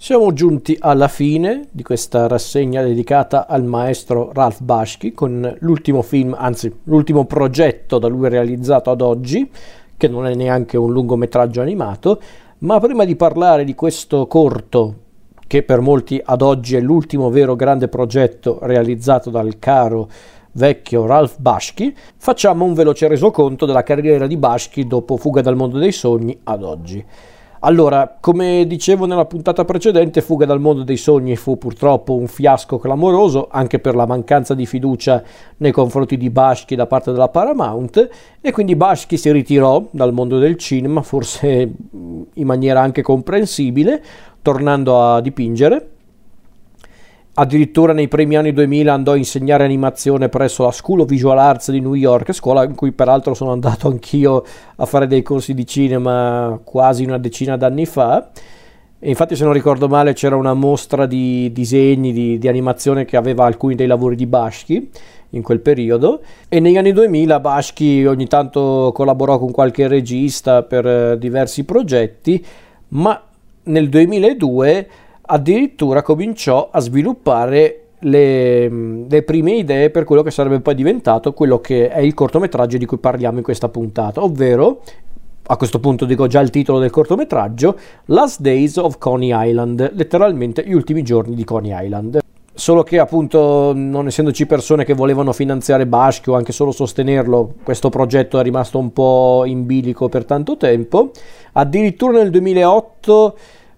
Siamo giunti alla fine di questa rassegna dedicata al maestro Ralph Bakshi con l'ultimo film, anzi l'ultimo progetto da lui realizzato ad oggi, che non è neanche un lungometraggio animato, ma prima di parlare di questo corto, che per molti ad oggi è l'ultimo vero grande progetto realizzato dal caro vecchio Ralph Bakshi, facciamo un veloce resoconto della carriera di Bakshi dopo Fuga dal mondo dei sogni ad oggi. Allora, come dicevo nella puntata precedente, Fuga dal mondo dei sogni fu purtroppo un fiasco clamoroso, anche per la mancanza di fiducia nei confronti di Bakshi da parte della Paramount, e quindi Bakshi si ritirò dal mondo del cinema, forse in maniera anche comprensibile, tornando a dipingere. Addirittura nei primi anni 2000 andò a insegnare animazione presso la School of Visual Arts di New York, scuola in cui peraltro sono andato anch'io a fare dei corsi di cinema quasi una decina d'anni fa. E infatti, se non ricordo male, c'era una mostra di disegni di animazione che aveva alcuni dei lavori di Bakshi in quel periodo, e negli anni 2000 Bakshi ogni tanto collaborò con qualche regista per diversi progetti, ma nel 2002 addirittura cominciò a sviluppare le prime idee per quello che sarebbe poi diventato quello che è il cortometraggio di cui parliamo in questa puntata, ovvero, a questo punto dico già il titolo del cortometraggio, Last Days of Coney Island, letteralmente gli ultimi giorni di Coney Island. Solo che appunto, non essendoci persone che volevano finanziare Bakshi o anche solo sostenerlo, questo progetto è rimasto un po' in bilico per tanto tempo. Addirittura nel 2008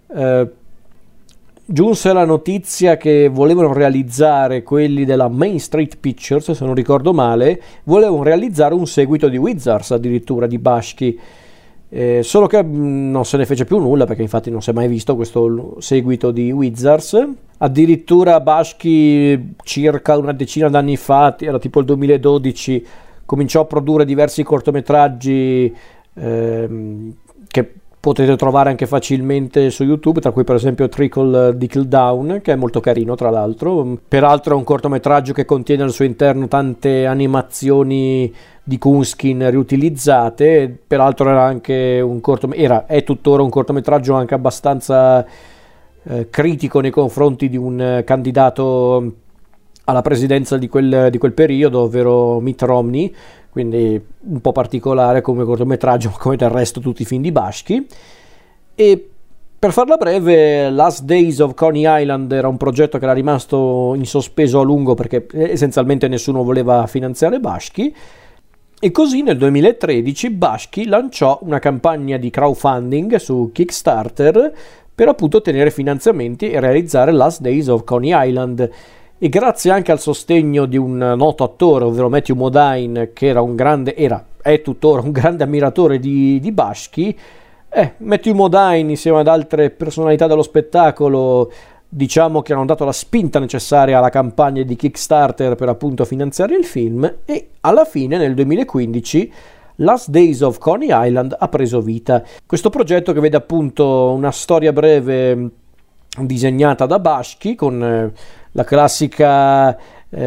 giunse la notizia che volevano realizzare quelli della Main Street Pictures, se non ricordo male, volevano realizzare un seguito di Wizards addirittura di Bakshi, solo che non se ne fece più nulla, perché infatti non si è mai visto questo seguito di Wizards. Addirittura Bakshi circa una decina d'anni fa, era tipo il 2012, cominciò a produrre diversi cortometraggi che potete trovare anche facilmente su YouTube, tra cui per esempio Trickle Dickle Down, che è molto carino tra l'altro. Peraltro è un cortometraggio che contiene al suo interno tante animazioni di Coonskin riutilizzate. Peraltro era anche è tuttora un cortometraggio anche abbastanza critico nei confronti di un candidato alla presidenza di quel periodo, ovvero Mitt Romney, quindi un po' particolare come cortometraggio, come del resto tutti i film di Bakshi. E per farla breve, Last Days of Coney Island era un progetto che era rimasto in sospeso a lungo perché essenzialmente nessuno voleva finanziare Bakshi, e così nel 2013 Bakshi lanciò una campagna di crowdfunding su Kickstarter per appunto ottenere finanziamenti e realizzare Last Days of Coney Island. E grazie anche al sostegno di un noto attore, ovvero Matthew Modine, che è tuttora un grande ammiratore di Bakshi, Matthew Modine insieme ad altre personalità dello spettacolo, diciamo che hanno dato la spinta necessaria alla campagna di Kickstarter per appunto finanziare il film, e alla fine nel 2015 Last Days of Coney Island ha preso vita. Questo progetto che vede appunto una storia breve disegnata da Bakshi con la classica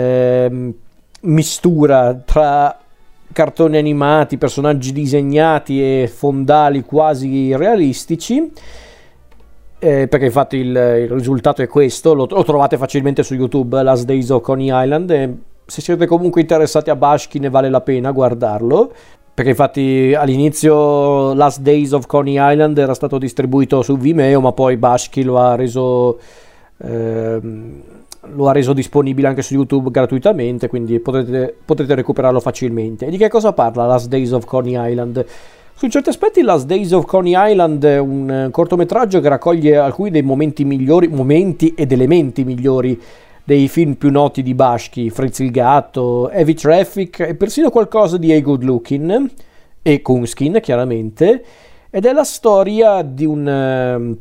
mistura tra cartoni animati, personaggi disegnati e fondali quasi realistici, perché infatti il risultato è questo. Lo trovate facilmente su YouTube, Last Days of Coney Island, e se siete comunque interessati a Bakshi ne vale la pena guardarlo, perché infatti all'inizio Last Days of Coney Island era stato distribuito su Vimeo, ma poi Bakshi lo ha reso disponibile anche su YouTube gratuitamente, quindi potete recuperarlo facilmente. E di che cosa parla Last Days of Coney Island? Su certi aspetti Last Days of Coney Island è un cortometraggio che raccoglie alcuni dei momenti ed elementi migliori dei film più noti di Bakshi, Fritz il gatto, Heavy Traffic e persino qualcosa di A Good Looking e Coonskin, chiaramente. Ed è la storia di un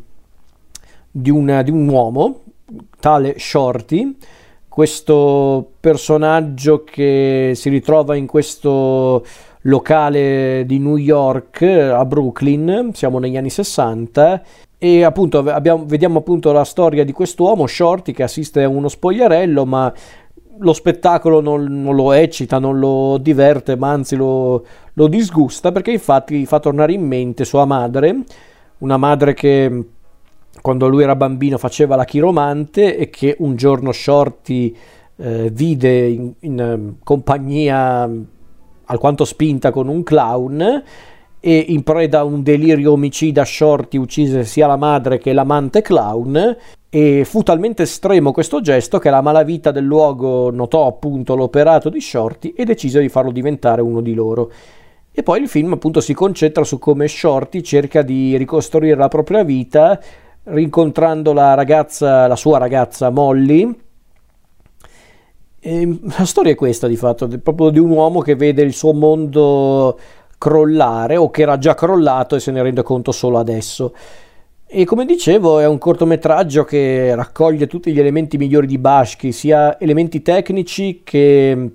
uomo, tale Shorty, questo personaggio che si ritrova in questo locale di New York a Brooklyn, siamo negli anni 60, e appunto vediamo appunto la storia di quest'uomo Shorty che assiste a uno spogliarello, ma lo spettacolo non lo eccita, non lo diverte, ma anzi lo disgusta, perché infatti fa tornare in mente sua madre, una madre che quando lui era bambino faceva la chiromante e che un giorno Shorty vide in compagnia alquanto spinta con un clown, e in preda a un delirio omicida Shorty uccise sia la madre che l'amante clown, e fu talmente estremo questo gesto che la malavita del luogo notò appunto l'operato di Shorty e decise di farlo diventare uno di loro. E poi il film appunto si concentra su come Shorty cerca di ricostruire la propria vita rincontrando la sua ragazza Molly. E la storia è questa, di fatto, proprio di un uomo che vede il suo mondo crollare, o che era già crollato e se ne rende conto solo adesso. E come dicevo, è un cortometraggio che raccoglie tutti gli elementi migliori di Bashki, sia elementi tecnici che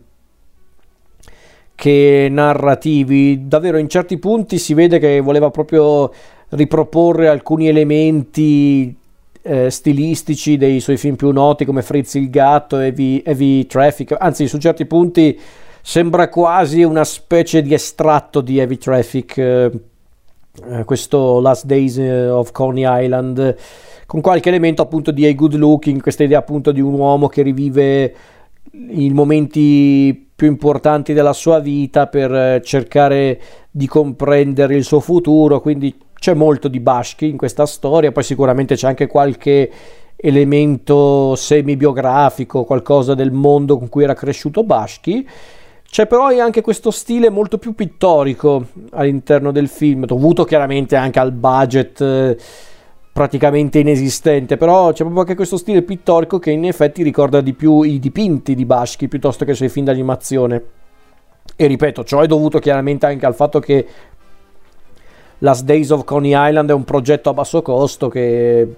narrativi. Davvero in certi punti si vede che voleva proprio riproporre alcuni elementi stilistici dei suoi film più noti come Fritz il gatto e Heavy Traffic, anzi su certi punti sembra quasi una specie di estratto di Heavy Traffic, questo Last Days of Coney Island, con qualche elemento appunto di A Good Looking, questa idea appunto di un uomo che rivive i momenti più importanti della sua vita per cercare di comprendere il suo futuro. Quindi c'è molto di Bashki in questa storia, poi sicuramente c'è anche qualche elemento semi-biografico, qualcosa del mondo con cui era cresciuto Bashki. C'è però anche questo stile molto più pittorico all'interno del film, dovuto chiaramente anche al budget praticamente inesistente, però c'è proprio anche questo stile pittorico che in effetti ricorda di più i dipinti di Bashki piuttosto che i suoi film d'animazione. E ripeto, ciò è dovuto chiaramente anche al fatto che Last Days of Coney Island è un progetto a basso costo che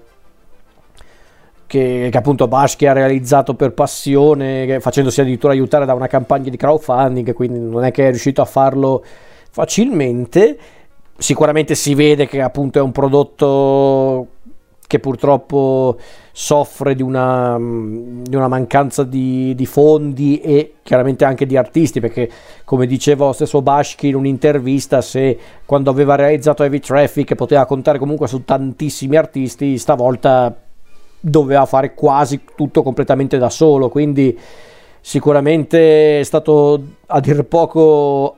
appunto Bashki ha realizzato per passione, facendosi addirittura aiutare da una campagna di crowdfunding, quindi non è che è riuscito a farlo facilmente. Sicuramente si vede che appunto è un prodotto che purtroppo soffre di una mancanza di fondi e chiaramente anche di artisti, perché come diceva lo stesso Bashki in un'intervista, se quando aveva realizzato Heavy Traffic poteva contare comunque su tantissimi artisti, stavolta doveva fare quasi tutto completamente da solo, quindi sicuramente è stato a dir poco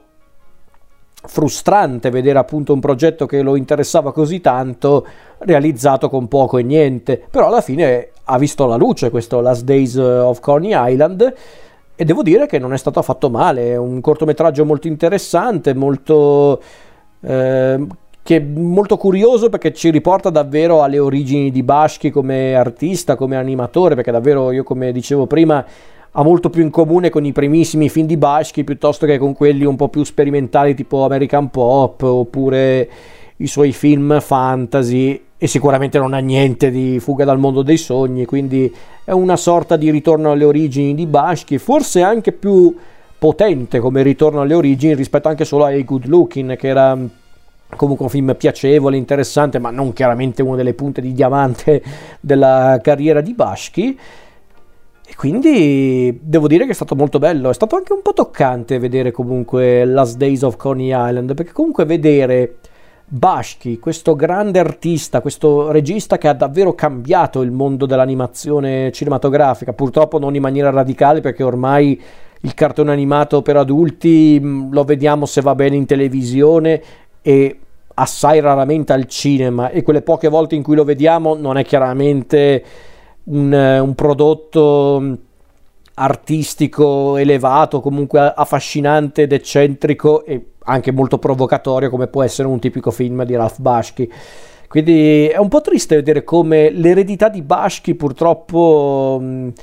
frustrante vedere appunto un progetto che lo interessava così tanto realizzato con poco e niente. Però alla fine ha visto la luce questo Last Days of Coney Island e devo dire che non è stato affatto male. È un cortometraggio molto interessante, molto che è molto curioso, perché ci riporta davvero alle origini di Bashki come artista, come animatore, perché davvero, io come dicevo prima, ha molto più in comune con i primissimi film di Bashki piuttosto che con quelli un po' più sperimentali tipo American Pop oppure i suoi film fantasy, e sicuramente non ha niente di Fuga dal mondo dei sogni, quindi è una sorta di ritorno alle origini di Bashki, forse anche più potente come ritorno alle origini rispetto anche solo a A Good Looking, che era comunque un film piacevole, interessante, ma non chiaramente una delle punte di diamante della carriera di Bashki. E quindi devo dire che è stato molto bello. È stato anche un po' toccante vedere comunque Last Days of Coney Island, perché comunque vedere Bashki, questo grande artista, questo regista che ha davvero cambiato il mondo dell'animazione cinematografica, purtroppo non in maniera radicale, perché ormai il cartone animato per adulti lo vediamo, se va bene, in televisione e assai raramente al cinema, e quelle poche volte in cui lo vediamo non è chiaramente un prodotto artistico elevato, comunque affascinante ed eccentrico e anche molto provocatorio come può essere un tipico film di Ralph Bashki. Quindi è un po' triste vedere come l'eredità di Bashki purtroppo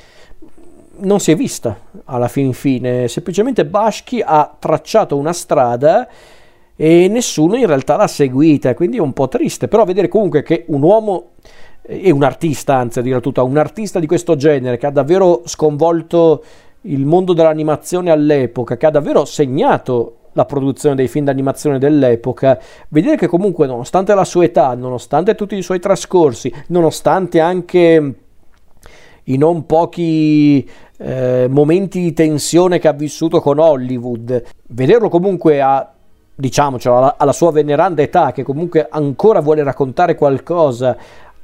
non si è vista alla fine. Semplicemente Bashki ha tracciato una strada e nessuno in realtà l'ha seguita, quindi è un po' triste. Però vedere comunque che un uomo e un artista, anzi a dire tutto, un artista di questo genere che ha davvero sconvolto il mondo dell'animazione all'epoca, che ha davvero segnato la produzione dei film d'animazione dell'epoca, vedere che comunque nonostante la sua età, nonostante tutti i suoi trascorsi, nonostante anche i non pochi momenti di tensione che ha vissuto con Hollywood, vederlo comunque diciamocelo, alla sua veneranda età, che comunque ancora vuole raccontare qualcosa,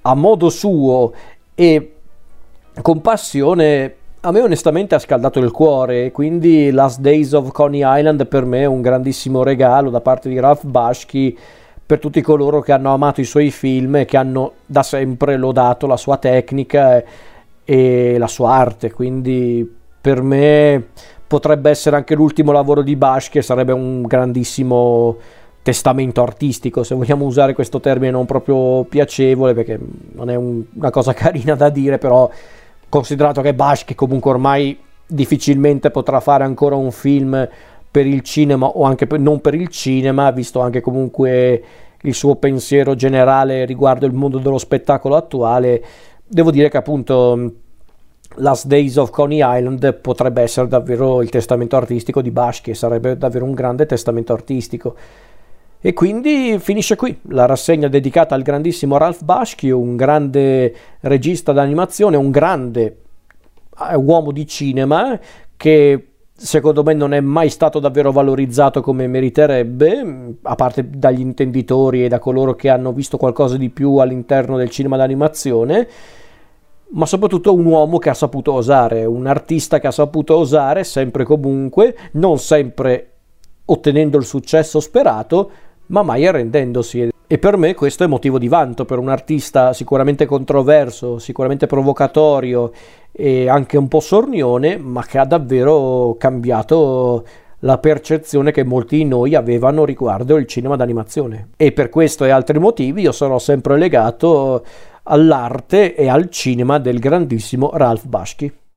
a modo suo e con passione, a me onestamente ha scaldato il cuore, quindi Last Days of Coney Island per me è un grandissimo regalo da parte di Ralph Bakshi per tutti coloro che hanno amato i suoi film e che hanno da sempre lodato la sua tecnica e la sua arte, quindi per me potrebbe essere anche l'ultimo lavoro di Bakshi, che sarebbe un grandissimo testamento artistico, se vogliamo usare questo termine non proprio piacevole, perché non è una cosa carina da dire, però considerato che Bakshi comunque ormai difficilmente potrà fare ancora un film per il cinema o anche non per il cinema, visto anche comunque il suo pensiero generale riguardo il mondo dello spettacolo attuale, devo dire che appunto Last Days of Coney Island potrebbe essere davvero il testamento artistico di Bakshi, sarebbe davvero un grande testamento artistico. E quindi finisce qui la rassegna dedicata al grandissimo Ralph Bakshi, un grande regista d'animazione, un grande uomo di cinema che secondo me non è mai stato davvero valorizzato come meriterebbe, a parte dagli intenditori e da coloro che hanno visto qualcosa di più all'interno del cinema d'animazione, ma soprattutto un uomo che ha saputo osare, un artista che ha saputo osare sempre e comunque, non sempre ottenendo il successo sperato, ma mai arrendendosi. E per me questo è motivo di vanto per un artista sicuramente controverso, sicuramente provocatorio e anche un po' sornione, ma che ha davvero cambiato la percezione che molti di noi avevano riguardo il cinema d'animazione. E per questo e altri motivi io sarò sempre legato all'arte e al cinema del grandissimo Ralph Bakshi.